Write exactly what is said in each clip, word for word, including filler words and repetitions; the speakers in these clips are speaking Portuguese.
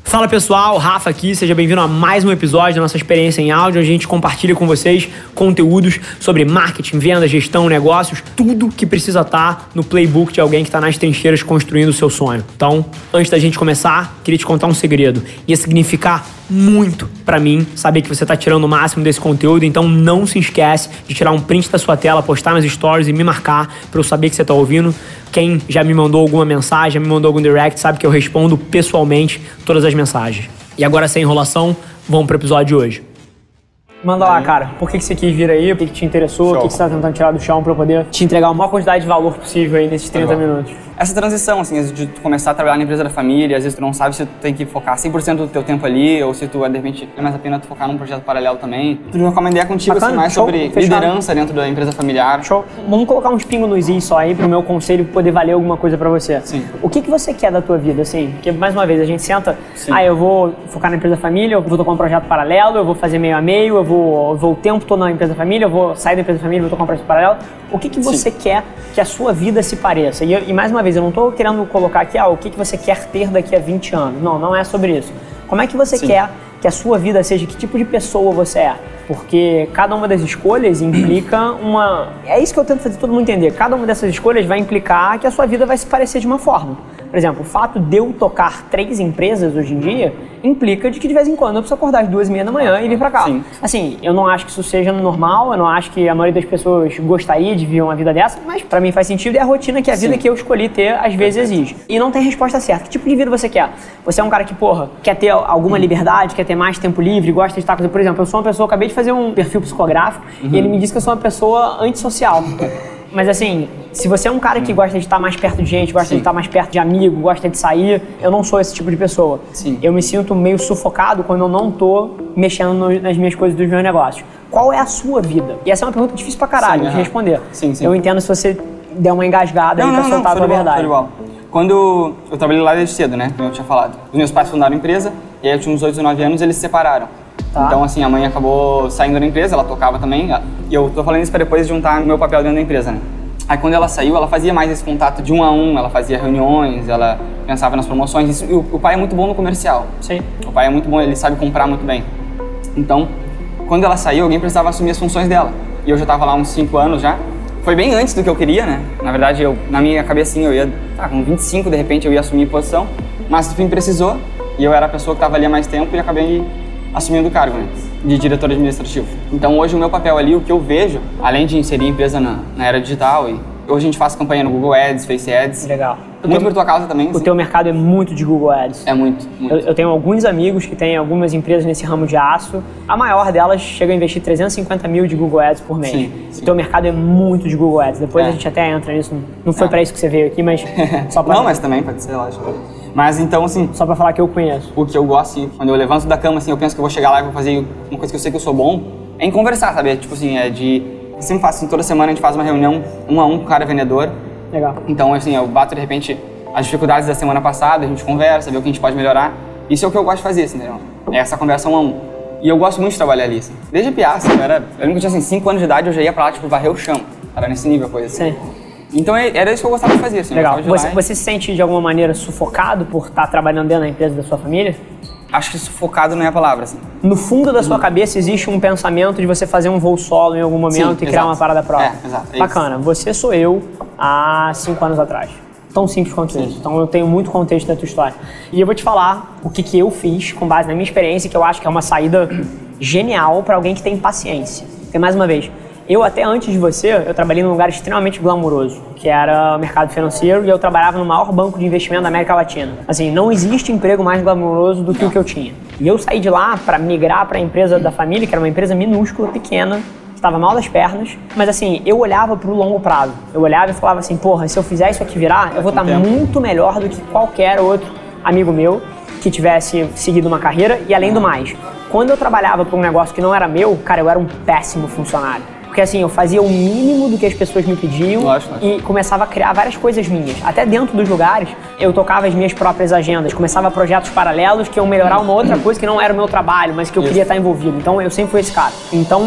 Fala pessoal, Rafa aqui, seja bem-vindo a mais um episódio da nossa experiência em áudio, onde a gente compartilha com vocês conteúdos sobre marketing, venda, gestão, negócios, tudo que precisa estar no playbook de alguém que está nas trincheiras construindo o seu sonho. Então, antes da gente começar, queria te contar um segredo. Ia significar muito pra mim saber que você tá tirando o máximo desse conteúdo, então não se esquece de tirar um print da sua tela, postar nas stories e me marcar pra eu saber que você tá ouvindo. Quem já me mandou alguma mensagem, já me mandou algum direct, sabe que eu respondo pessoalmente todas as mensagens. E agora, sem enrolação, vamos pro episódio de hoje. Manda lá, cara, por que que você quis vir aí, o que que te interessou, o que que você tá tentando tirar do chão pra eu poder te entregar a maior quantidade de valor possível aí nesses trinta minutos. Essa transição, assim, de tu começar a trabalhar na empresa da família, às vezes tu não sabe se tu tem que focar cem por cento do teu tempo ali, ou se tu, de repente, vale mais a pena tu focar num projeto paralelo também. Tu trocar uma ideia contigo, Bacana, assim, mais show, sobre fechado. liderança dentro da empresa familiar. Show. Vamos colocar uns pingos nos is só aí pro meu conselho poder valer alguma coisa pra você. Sim. O que que você quer da tua vida, assim? Porque, mais uma vez, a gente senta, Sim. ah, eu vou focar na empresa da família, eu vou tocar um projeto paralelo, eu vou fazer meio a meio, eu vou, eu vou o tempo todo na empresa da família, eu vou sair da empresa da família, vou tocar um projeto paralelo. O que que você Sim. quer que a sua vida se pareça? E, e mais uma vez, eu não tô querendo colocar aqui, ah, o que que você quer ter daqui a vinte anos. Não, não é sobre isso. Como é que você Sim. quer que a sua vida seja, que tipo de pessoa você é? Porque cada uma das escolhas implica uma... É isso que eu tento fazer todo mundo entender. Cada uma dessas escolhas vai implicar que a sua vida vai se parecer de uma forma. Por exemplo, o fato de eu tocar três empresas hoje em dia implica de que de vez em quando eu preciso acordar às duas e meia da manhã e vir pra cá. Sim. Assim, eu não acho que isso seja normal, eu não acho que a maioria das pessoas gostaria de viver uma vida dessa, mas pra mim faz sentido e é a rotina que a vida Sim. que eu escolhi ter às vezes exige. E não tem resposta certa. Que tipo de vida você quer? Você é um cara que, porra, quer ter alguma uhum. liberdade, quer ter mais tempo livre, gosta de estar com... Por exemplo, eu sou uma pessoa, acabei de fazer um perfil psicográfico uhum. e ele me disse que eu sou uma pessoa antissocial. Mas assim, se você é um cara que gosta de estar mais perto de gente, gosta Sim. de estar mais perto de amigo, gosta de sair, eu não sou esse tipo de pessoa. Sim. Eu me sinto meio sufocado quando eu não tô mexendo no, nas minhas coisas dos meus negócios. Qual é a sua vida? E essa é uma pergunta difícil pra caralho sim, de responder. Sim, sim. Eu entendo se você der uma engasgada não, aí pra não, soltar não, a tua igual, verdade. Igual. Quando eu trabalhei lá desde cedo, né, como eu tinha falado, os meus pais fundaram a empresa e aí eu tinha uns oito, nove anos e eles se separaram. Tá. Então, assim, a mãe acabou saindo da empresa, ela tocava também, e eu tô falando isso pra depois juntar meu papel dentro da empresa, né? Aí quando ela saiu, ela fazia mais esse contato de um a um, ela fazia reuniões, ela pensava nas promoções, isso, e o, o pai é muito bom no comercial. Sim. O pai é muito bom, ele sabe comprar muito bem. Então, quando ela saiu, alguém precisava assumir as funções dela. E eu já tava lá há uns cinco anos já. Foi bem antes do que eu queria, né? Na verdade, eu, na minha cabecinha, eu ia, tá, com vinte e cinco, de repente, eu ia assumir posição, mas no fim precisou, e eu era a pessoa que tava ali há mais tempo e acabei assumindo o cargo, né, de diretor administrativo. Então hoje o meu papel ali, o que eu vejo, além de inserir a empresa na, na era digital, e hoje a gente faz campanha no Google Ads, Face Ads. Legal. Muito por tua causa também. O assim. Teu mercado é muito de Google Ads. É muito, muito. Eu, eu tenho alguns amigos que têm algumas empresas nesse ramo de aço. A maior delas chega a investir trezentos e cinquenta mil de Google Ads por mês. Sim, sim. O teu mercado é muito de Google Ads. Depois é. a gente até entra nisso. Não foi é. pra isso que você veio aqui, mas só pra... Não, mas também pode ser, lógico. Mas então, assim... Só pra falar que eu conheço. O que eu gosto, assim, quando eu levanto da cama, assim, eu penso que eu vou chegar lá e vou fazer uma coisa que eu sei que eu sou bom, é em conversar, sabe? É, tipo assim, é de... Eu sempre faço, assim, toda semana a gente faz uma reunião um a um com cada vendedor. Legal. Então, assim, eu bato, de repente, as dificuldades da semana passada, a gente conversa, vê o que a gente pode melhorar. Isso é o que eu gosto de fazer, assim, entendeu? É essa conversa um a um. E eu gosto muito de trabalhar ali, assim. Desde piá, assim, eu, era, eu lembro que eu tinha, assim, cinco anos de idade, eu já ia pra lá, tipo, varrer o chão. Era nesse nível a coisa, assim. Sim. Então era isso que eu gostava de fazer, assim. Legal. Você, e... você se sente de alguma maneira sufocado por estar trabalhando dentro da empresa da sua família? Acho que sufocado não é a palavra, assim. No fundo da sua uhum. cabeça existe um pensamento de você fazer um voo solo em algum momento Sim, e exato. criar uma parada própria. É, exato. É Bacana. Isso. Você sou eu há cinco anos atrás. Tão simples quanto Sim. isso. Então eu tenho muito contexto da tua história. E eu vou te falar o que, que eu fiz com base na minha experiência, que eu acho que é uma saída genial para alguém que tem paciência. Porque, mais uma vez, eu até antes de você, eu trabalhei num lugar extremamente glamouroso, que era o mercado financeiro, e eu trabalhava no maior banco de investimento da América Latina. Assim, não existe emprego mais glamouroso do que o que eu tinha. E eu saí de lá para migrar para a empresa da família, que era uma empresa minúscula, pequena, estava mal das pernas, mas assim, eu olhava para o longo prazo. Eu olhava e falava assim, porra, se eu fizer isso aqui virar, eu vou estar muito melhor do que qualquer outro amigo meu que tivesse seguido uma carreira. E além do mais, quando eu trabalhava para um negócio que não era meu, cara, eu era um péssimo funcionário. Porque assim, eu fazia o mínimo do que as pessoas me pediam lógico, lógico. e começava a criar várias coisas minhas. Até dentro dos lugares, eu tocava as minhas próprias agendas, começava projetos paralelos que iam melhorar uma outra coisa que não era o meu trabalho, mas que eu Isso. queria estar envolvido. Então eu sempre fui esse cara. Então,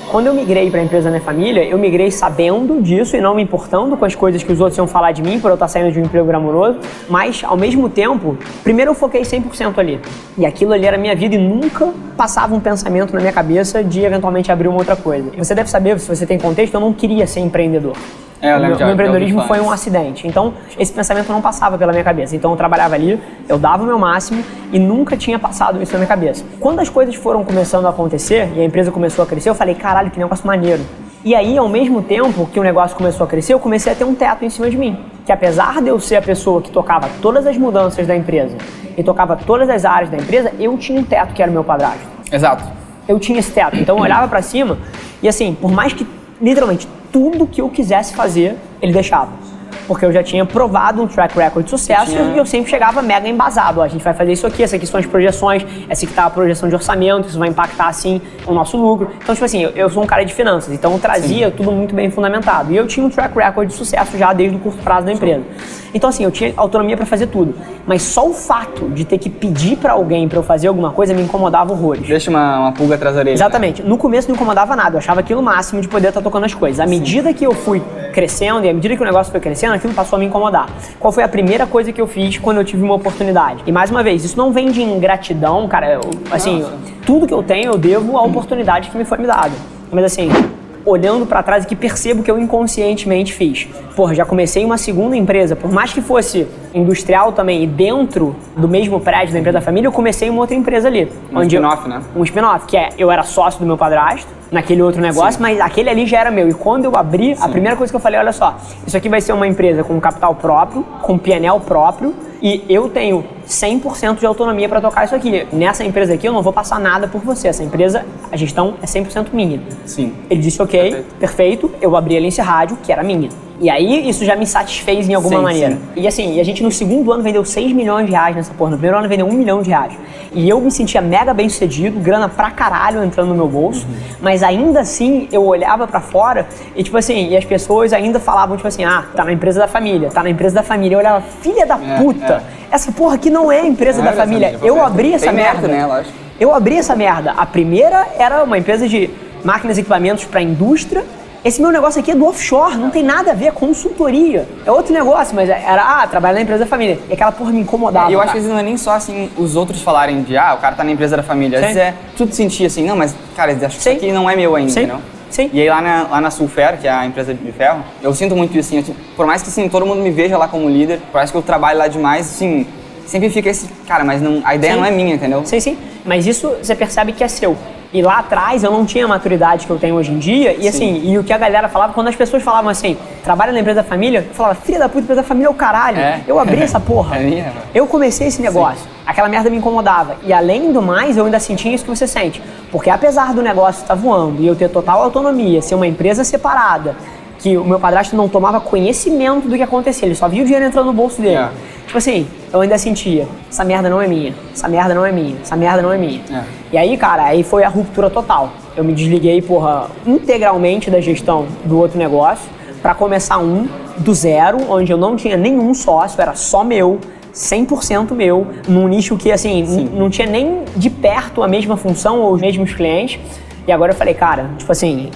quando eu migrei para a empresa da minha família, eu migrei sabendo disso e não me importando com as coisas que os outros iam falar de mim por eu estar saindo de um emprego glamouroso, mas ao mesmo tempo, primeiro eu foquei cem por cento ali. E aquilo ali era a minha vida e nunca passava um pensamento na minha cabeça de eventualmente abrir uma outra coisa. Você deve saber, se você tem contexto, eu não queria ser empreendedor. É, eu lembro o meu, de, meu empreendedorismo de foi um acidente, então esse pensamento não passava pela minha cabeça. Então eu trabalhava ali, eu dava o meu máximo e nunca tinha passado isso na minha cabeça. Quando as coisas foram começando a acontecer e a empresa começou a crescer, eu falei, caralho, que negócio maneiro. E aí, ao mesmo tempo que o negócio começou a crescer, eu comecei a ter um teto em cima de mim. Que apesar de eu ser a pessoa que tocava todas as mudanças da empresa e tocava todas as áreas da empresa, eu tinha um teto que era o meu padrasto. Exato. Eu tinha esse teto, então eu olhava pra cima e assim, por mais que literalmente tudo que eu quisesse fazer, ele deixava. Porque eu já tinha provado um track record de sucesso tinha... e eu sempre chegava mega embasado. Ó, a gente vai fazer isso aqui, essas aqui são as projeções, essa aqui tá a projeção de orçamento, isso vai impactar, assim, o nosso lucro. Então, tipo assim, eu, eu sou um cara de finanças, então eu trazia Sim. tudo muito bem fundamentado. E eu tinha um track record de sucesso já desde o curto prazo da empresa. Então, assim, eu tinha autonomia para fazer tudo. Mas só o fato de ter que pedir para alguém para eu fazer alguma coisa me incomodava horrores. Deixa uma, uma pulga atrás da orelha. Exatamente. Né? No começo não incomodava nada, eu achava aquilo o máximo de poder estar tocando as coisas. À medida Sim. que eu fui crescendo e à medida que o negócio foi crescendo, aquilo passou a me incomodar. Qual foi a primeira coisa que eu fiz quando eu tive uma oportunidade? E mais uma vez, isso não vem de ingratidão, cara. Eu, assim, Nossa. tudo que eu tenho eu devo à oportunidade que me foi me dada. Mas assim, olhando pra trás e que percebo que eu inconscientemente fiz. Porra, já comecei uma segunda empresa, por mais que fosse industrial também e dentro do mesmo prédio da empresa da família, eu comecei uma outra empresa ali. Um spin-off, né? Um spin-off, que é, eu era sócio do meu padrasto, naquele outro negócio, Sim. mas aquele ali já era meu. E quando eu abri, Sim. a primeira coisa que eu falei, olha só, isso aqui vai ser uma empresa com capital próprio, com P and L próprio, e eu tenho cem por cento de autonomia para tocar isso aqui. Nessa empresa aqui eu não vou passar nada por você. Essa empresa, a gestão é cem por cento minha. Sim. Ele disse ok, perfeito. perfeito, eu abri a Lince Rádio, que era minha. E aí isso já me satisfez em alguma sim, maneira. Sim. E assim, a gente no segundo ano vendeu seis milhões de reais nessa porra. No primeiro ano vendeu um milhão de reais. E eu me sentia mega bem sucedido, grana pra caralho entrando no meu bolso. Uhum. Mas ainda assim, eu olhava pra fora e tipo assim, e as pessoas ainda falavam tipo assim, ah, tá na empresa da família, tá na empresa da família. Eu olhava, filha da é, puta, é. essa porra aqui não é a empresa é, da família. família. Eu abri essa Tem merda. Né, lógico. Eu abri essa merda. A primeira era uma empresa de máquinas e equipamentos pra indústria. Esse meu negócio aqui é do offshore, não tem nada a ver, consultoria. É outro negócio, mas era, ah, trabalhar na empresa da família. E aquela porra me incomodava. E eu cara. acho que às vezes não é nem só assim, os outros falarem de, ah, o cara tá na empresa da família. Às Sim. vezes é, tudo sentir assim, não, mas, cara, acho que isso aqui não é meu ainda, Sim. entendeu? Sim. E aí lá na, lá na Sulfer, que é a empresa de ferro, eu sinto muito isso, assim, eu, por mais que assim, todo mundo me veja lá como líder, por mais que eu trabalhe lá demais, assim, sempre fica esse, cara, mas não, a ideia sim. não é minha, entendeu? Sim, sim, mas isso você percebe que é seu. E lá atrás eu não tinha a maturidade que eu tenho hoje em dia. E assim, Sim. e o que a galera falava, quando as pessoas falavam assim, trabalha na empresa da família, eu falava, filha da puta, empresa da família é o caralho. É. Eu abri essa porra. É minha, eu comecei esse negócio. Sim. Aquela merda me incomodava. E além do mais, eu ainda sentia isso que você sente. Porque apesar do negócio estar voando e eu ter total autonomia, ser uma empresa separada, que o meu padrasto não tomava conhecimento do que acontecia, ele só via o dinheiro entrando no bolso dele. É. Tipo assim, eu ainda sentia, essa merda não é minha, essa merda não é minha, essa merda não é minha. É. E aí, cara, aí foi a ruptura total. Eu me desliguei, porra, integralmente da gestão do outro negócio pra começar um do zero, onde eu não tinha nenhum sócio, era só meu, cem por cento meu, num nicho que, assim, n- não tinha nem de perto a mesma função ou os mesmos clientes. E agora eu falei, cara, tipo assim,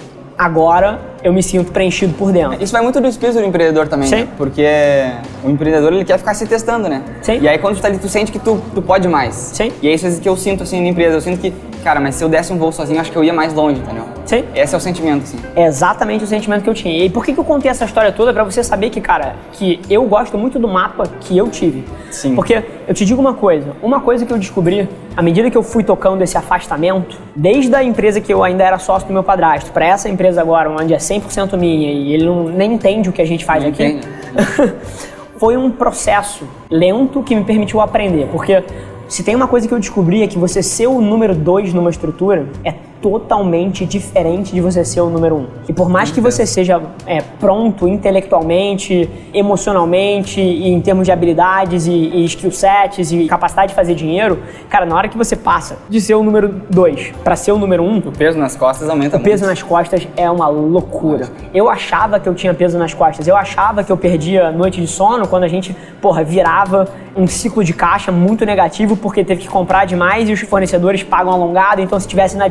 agora eu me sinto preenchido por dentro. Isso vai muito do espírito do empreendedor também, Sim. né? Porque o empreendedor, ele quer ficar se testando, né? Sim. E aí quando tu tá ali, tu sente que tu, tu pode mais. Sim. E é isso que eu sinto assim na empresa, eu sinto que, cara, mas se eu desse um voo sozinho, acho que eu ia mais longe, entendeu? Sim. Esse é o sentimento, assim. É exatamente o sentimento que eu tinha. E por que que eu contei essa história toda? Pra você saber que, cara, que eu gosto muito do mapa que eu tive. Sim. Porque eu te digo uma coisa, uma coisa que eu descobri, à medida que eu fui tocando esse afastamento, desde a empresa que eu ainda era sócio do meu padrasto, pra essa empresa agora, onde é cem por cento minha e ele não, nem entende o que a gente faz não aqui, foi um processo lento que me permitiu aprender. Porque se tem uma coisa que eu descobri é que você ser o número dois numa estrutura é totalmente diferente de você ser o número um. E por mais que você seja é, pronto intelectualmente, emocionalmente, e em termos de habilidades e, e skill sets e capacidade de fazer dinheiro, cara, na hora que você passa de ser o número dois para ser o número um, o peso nas costas aumenta muito. O peso nas costas é uma loucura. Eu achava que eu tinha peso nas costas, eu achava que eu perdia noite de sono quando a gente, porra, virava um ciclo de caixa muito negativo porque teve que comprar demais e os fornecedores pagam alongado, então se tivesse inadimplente,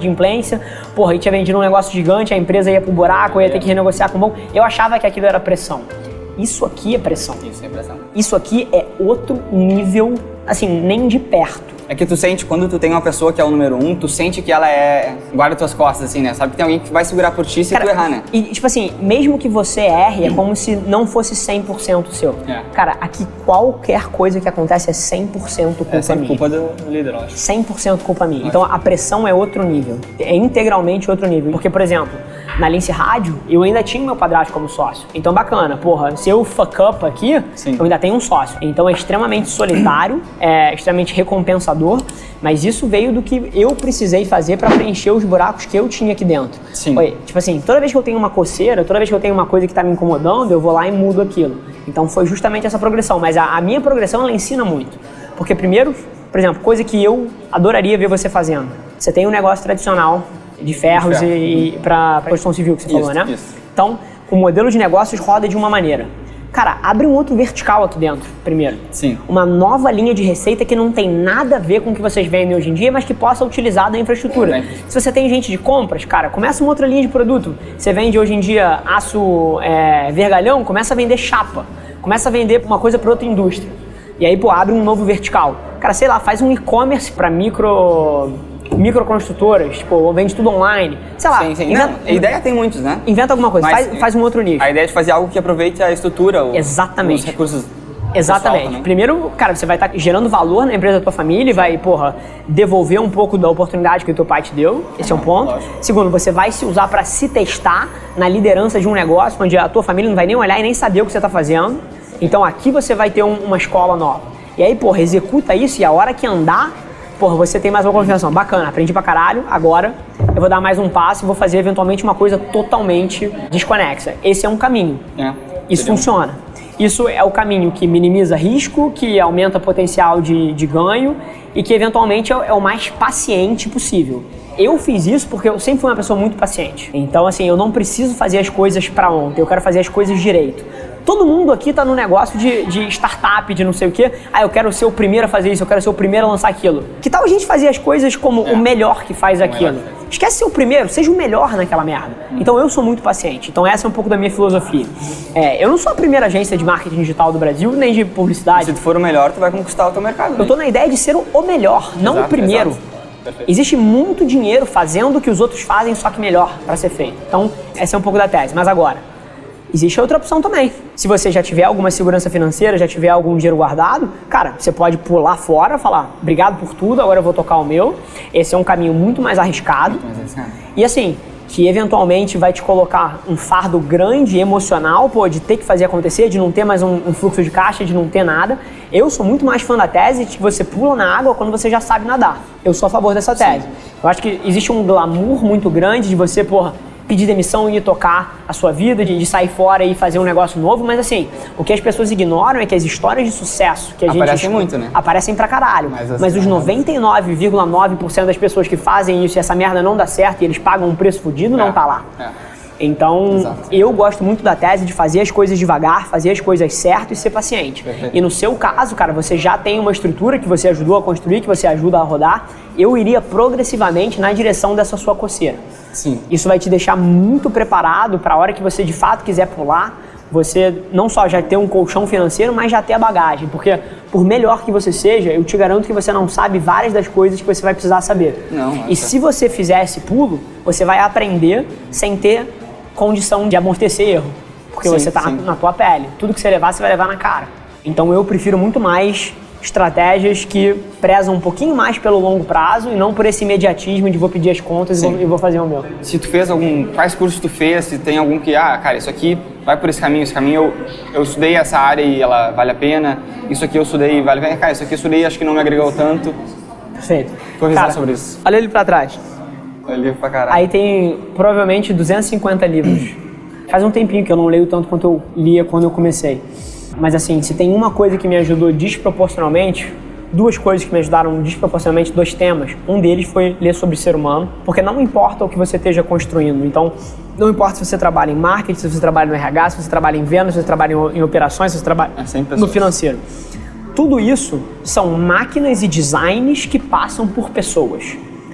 falência, porra, a gente tinha vendido um negócio gigante, a empresa ia pro buraco, ia ter que renegociar com o banco. Eu achava que aquilo era pressão. Isso aqui é pressão. Isso é pressão. Isso aqui é outro nível, assim, nem de perto. É que tu sente, quando tu tem uma pessoa que é o número um, tu sente que ela é... guarda tuas costas, assim, né? Sabe que tem alguém que vai segurar por ti se Cara, tu errar, né? E, tipo assim, mesmo que você erre, é como se não fosse cem por cento seu. É. Cara, aqui qualquer coisa que acontece é cem por cento culpa É sempre minha. culpa do líder, eu acho. cem por cento culpa minha. Então a pressão é outro nível. É integralmente outro nível. Porque, por exemplo, na Lince Rádio, eu ainda tinha meu padrasto como sócio. Então bacana, porra, se eu fuck up aqui, Sim. eu ainda tenho um sócio. Então é extremamente solitário, é extremamente recompensador, mas isso veio do que eu precisei fazer para preencher os buracos que eu tinha aqui dentro. Sim. Oi, tipo assim, toda vez que eu tenho uma coceira, toda vez que eu tenho uma coisa que tá me incomodando, eu vou lá e mudo aquilo. Então foi justamente essa progressão, mas a, a minha progressão, ela ensina muito. Porque primeiro, por exemplo, coisa que eu adoraria ver você fazendo. Você tem um negócio tradicional de ferros de ferro. e, e para construção civil que você Isso, falou, né? isso. Então, o modelo de negócios roda de uma maneira. Cara, abre um outro vertical aqui dentro, primeiro. Sim. Uma nova linha de receita que não tem nada a ver com o que vocês vendem hoje em dia, mas que possa utilizar da infraestrutura. É. Se você tem gente de compras, cara, começa uma outra linha de produto. Você vende hoje em dia aço é, vergalhão, começa a vender chapa. Começa a vender uma coisa para outra indústria. E aí, pô, abre um novo vertical. Cara, sei lá, faz um e-commerce para micro... microconstrutoras, tipo, vende tudo online, sei lá. Sim, sim. Inventa, Não, a ideia tem muitos, né? inventa alguma coisa, Mas, faz, faz um outro nicho. A ideia é de fazer algo que aproveite a estrutura, o, Exatamente. os recursos. Exatamente. Pessoal, Primeiro, cara, você vai estar gerando valor na empresa da tua família e vai, porra, devolver um pouco da oportunidade que o teu pai te deu. Esse é um ponto. Lógico. Segundo, você vai se usar para se testar na liderança de um negócio onde a tua família não vai nem olhar e nem saber o que você está fazendo. Então aqui você vai ter um, uma escola nova. E aí, porra, executa isso e a hora que andar, porra, você tem mais uma confiança. Bacana, aprendi pra caralho, agora eu vou dar mais um passo e vou fazer eventualmente uma coisa totalmente desconexa. Esse é um caminho. É, Isso seria um- funciona. Isso é o caminho que minimiza risco, que aumenta potencial de, de ganho e que eventualmente é, é o mais paciente possível. Eu fiz isso porque eu sempre fui uma pessoa muito paciente. Então, assim, eu não preciso fazer as coisas pra ontem, eu quero fazer as coisas direito. Todo mundo aqui tá no negócio de, de startup, de não sei o quê. Ah, eu quero ser o primeiro a fazer isso, eu quero ser o primeiro a lançar aquilo. Que tal a gente fazer as coisas como É. o melhor que faz aquilo? melhor que faz. Esquece ser o primeiro, seja o melhor naquela merda. Então eu sou muito paciente. Então essa é um pouco da minha filosofia. É, eu não sou a primeira agência de marketing digital do Brasil, nem de publicidade. Se tu for o melhor, tu vai conquistar o teu mercado. Eu tô na ideia de ser o melhor, não Exato, o primeiro. exato. Perfeito. Existe muito dinheiro fazendo o que os outros fazem, só que melhor para ser feito. Então, essa é um pouco da tese. Mas agora, existe outra opção também. Se você já tiver alguma segurança financeira, já tiver algum dinheiro guardado, cara, você pode pular fora, falar, obrigado por tudo, agora eu vou tocar o meu. Esse é um caminho muito mais arriscado. Mas assim, E assim, que eventualmente vai te colocar um fardo grande, emocional, pô, de ter que fazer acontecer, de não ter mais um, um fluxo de caixa, de não ter nada. Eu sou muito mais fã da tese de que você pula na água quando você já sabe nadar. Eu sou a favor dessa tese. Sim. Eu acho que existe um glamour muito grande de você, porra, pedir demissão e ir tocar a sua vida, de, de sair fora e fazer um negócio novo, mas assim, o que as pessoas ignoram é que as histórias de sucesso que a gente... Aparecem muito, né? Aparecem pra caralho. Mas Mas, assim, os noventa e nove vírgula nove por cento das pessoas que fazem isso e essa merda não dá certo e eles pagam um preço fodido, não É, tá lá. é. Então, Exato. eu gosto muito da tese de fazer as coisas devagar, fazer as coisas certo e ser paciente. Perfeito. E no seu caso, cara, você já tem uma estrutura que você ajudou a construir, que você ajuda a rodar. Eu iria progressivamente na direção dessa sua coceira. Sim. Isso vai te deixar muito preparado para a hora que você de fato quiser pular, você não só já ter um colchão financeiro, mas já ter a bagagem. Porque por melhor que você seja, eu te garanto que você não sabe várias das coisas que você vai precisar saber. Não, e é se você fizer esse pulo, você vai aprender sem ter condição de amortecer erro. Porque Sim, você tá na, sim. na tua pele. Tudo que você levar, você vai levar na cara. Então eu prefiro muito mais estratégias que prezam um pouquinho mais pelo longo prazo e não por esse imediatismo de vou pedir as contas e vou, e vou fazer o meu. Se tu fez algum... Quais cursos tu fez? Se tem algum que... Ah, cara, isso aqui vai por esse caminho. Esse caminho eu, eu estudei essa área e ela vale a pena. Isso aqui eu estudei e vale a pena. Cara, isso aqui eu estudei e acho que não me agregou tanto. Perfeito. Tô risado Cara, sobre isso. olha ele pra trás. Eu livro pra caralho. Aí tem provavelmente duzentos e cinquenta livros. Faz um tempinho que eu não leio tanto quanto eu lia quando eu comecei. Mas assim, se tem uma coisa que me ajudou desproporcionalmente, duas coisas que me ajudaram desproporcionalmente, dois temas. Um deles foi ler sobre ser humano, porque não importa o que você esteja construindo. Então, não importa se você trabalha em marketing, se você trabalha no R H, se você trabalha em vendas, se você trabalha em, em operações, se você trabalha É sempre no pessoas. financeiro. Tudo isso são máquinas e designs que passam por pessoas.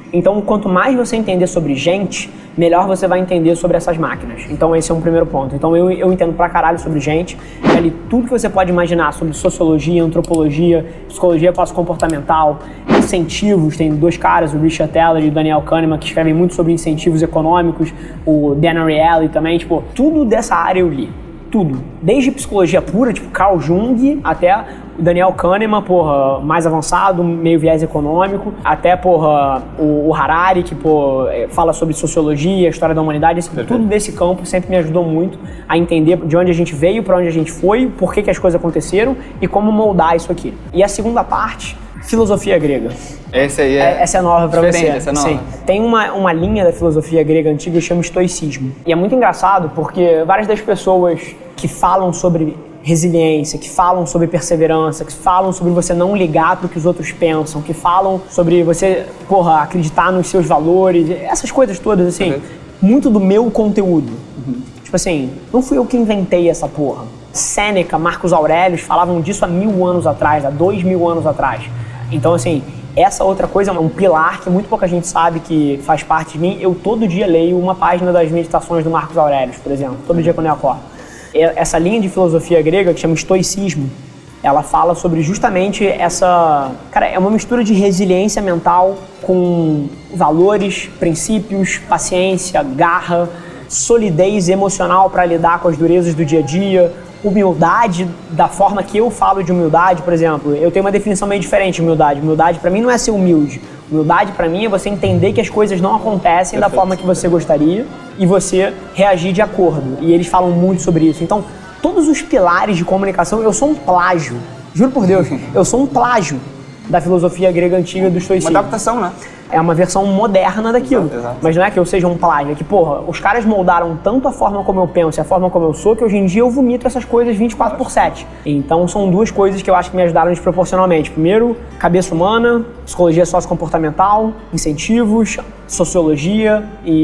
Então, quanto mais você entender sobre gente, melhor você vai entender sobre essas máquinas. Então, esse é um primeiro ponto. Então, eu, eu entendo pra caralho sobre gente. Já li tudo que você pode imaginar sobre sociologia, antropologia, psicologia comportamental, incentivos. Tem dois caras, o Richard Thaler e o Daniel Kahneman, que escrevem muito sobre incentivos econômicos. O Dan Ariely também. Tipo, tudo dessa área eu li. Tudo. Desde psicologia pura, tipo Carl Jung, até o Daniel Kahneman, porra, mais avançado, meio viés econômico, até, porra, o, o Harari, que, pô, fala sobre sociologia, história da humanidade, assim, tudo desse campo sempre me ajudou muito a entender de onde a gente veio, pra onde a gente foi, por que que as coisas aconteceram e como moldar isso aqui. E a segunda parte, filosofia grega. Essa aí é... é essa é nova pra você. Essa é nova. Sim. Tem uma, uma linha da filosofia grega antiga que chama estoicismo. E é muito engraçado porque várias das pessoas que falam sobre resiliência, que falam sobre perseverança, que falam sobre você não ligar pro que os outros pensam, que falam sobre você, porra, acreditar nos seus valores, essas coisas todas, assim, uhum. muito do meu conteúdo. Uhum. Tipo assim, não fui eu que inventei essa porra. Sêneca, Marcos Aurelius falavam disso há mil anos atrás, há dois mil anos atrás. Então, assim, essa outra coisa é um pilar que muito pouca gente sabe que faz parte de mim. Eu todo dia leio uma página das meditações do Marcos Aurelius, por exemplo, todo dia quando eu acordo. Essa linha de filosofia grega, que chama estoicismo, ela fala sobre justamente essa... Cara, é uma mistura de resiliência mental com valores, princípios, paciência, garra, solidez emocional para lidar com as durezas do dia a dia, humildade, da forma que eu falo de humildade, por exemplo. Eu tenho uma definição meio diferente de humildade. Humildade para mim não é ser humilde. Humildade para mim é você entender que as coisas não acontecem Perfeito. Da forma que você gostaria e você reagir de acordo. E eles falam muito sobre isso. Então, todos os pilares de comunicação, eu sou um plágio. Juro por Deus, eu sou um plágio da filosofia grega antiga do estoicismo. Uma adaptação, né? É uma versão moderna daquilo. Exato, exato. Mas não é que eu seja um plágio, é que, porra, os caras moldaram tanto a forma como eu penso e a forma como eu sou, que hoje em dia eu vomito essas coisas vinte e quatro por sete. Então são duas coisas que eu acho que me ajudaram desproporcionalmente. Primeiro, cabeça humana, psicologia sociocomportamental, incentivos, sociologia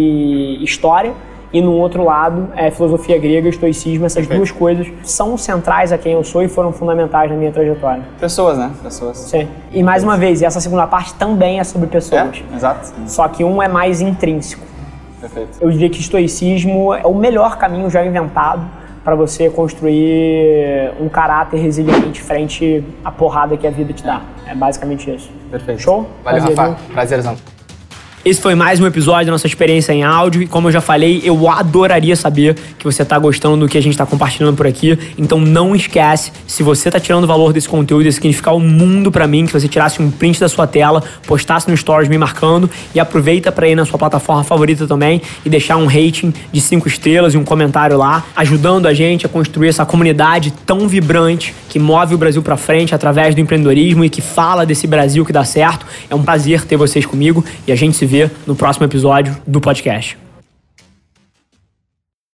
e história. E no outro lado, é filosofia grega, estoicismo. Essas Perfeito. Duas coisas são centrais a quem eu sou e foram fundamentais na minha trajetória. Pessoas, né? Pessoas. Sim. E mais uma vez, essa segunda parte também é sobre pessoas. É, exato. Só que um é mais intrínseco. Perfeito. Eu diria que estoicismo é o melhor caminho já inventado para você construir um caráter resiliente frente à porrada que a vida te dá. É basicamente isso. Perfeito. Show? Valeu, Prazer, Rafa. viu? Prazerzão. Esse foi mais um episódio da nossa experiência em áudio e como eu já falei, eu adoraria saber que você está gostando do que a gente está compartilhando por aqui. Então não esquece, se você está tirando valor desse conteúdo, ia significar o mundo para mim, que você tirasse um print da sua tela, postasse no Stories me marcando e aproveita para ir na sua plataforma favorita também e deixar um rating de cinco estrelas e um comentário lá, ajudando a gente a construir essa comunidade tão vibrante que move o Brasil para frente através do empreendedorismo e que fala desse Brasil que dá certo. É um prazer ter vocês comigo e a gente se vê no próximo episódio do podcast.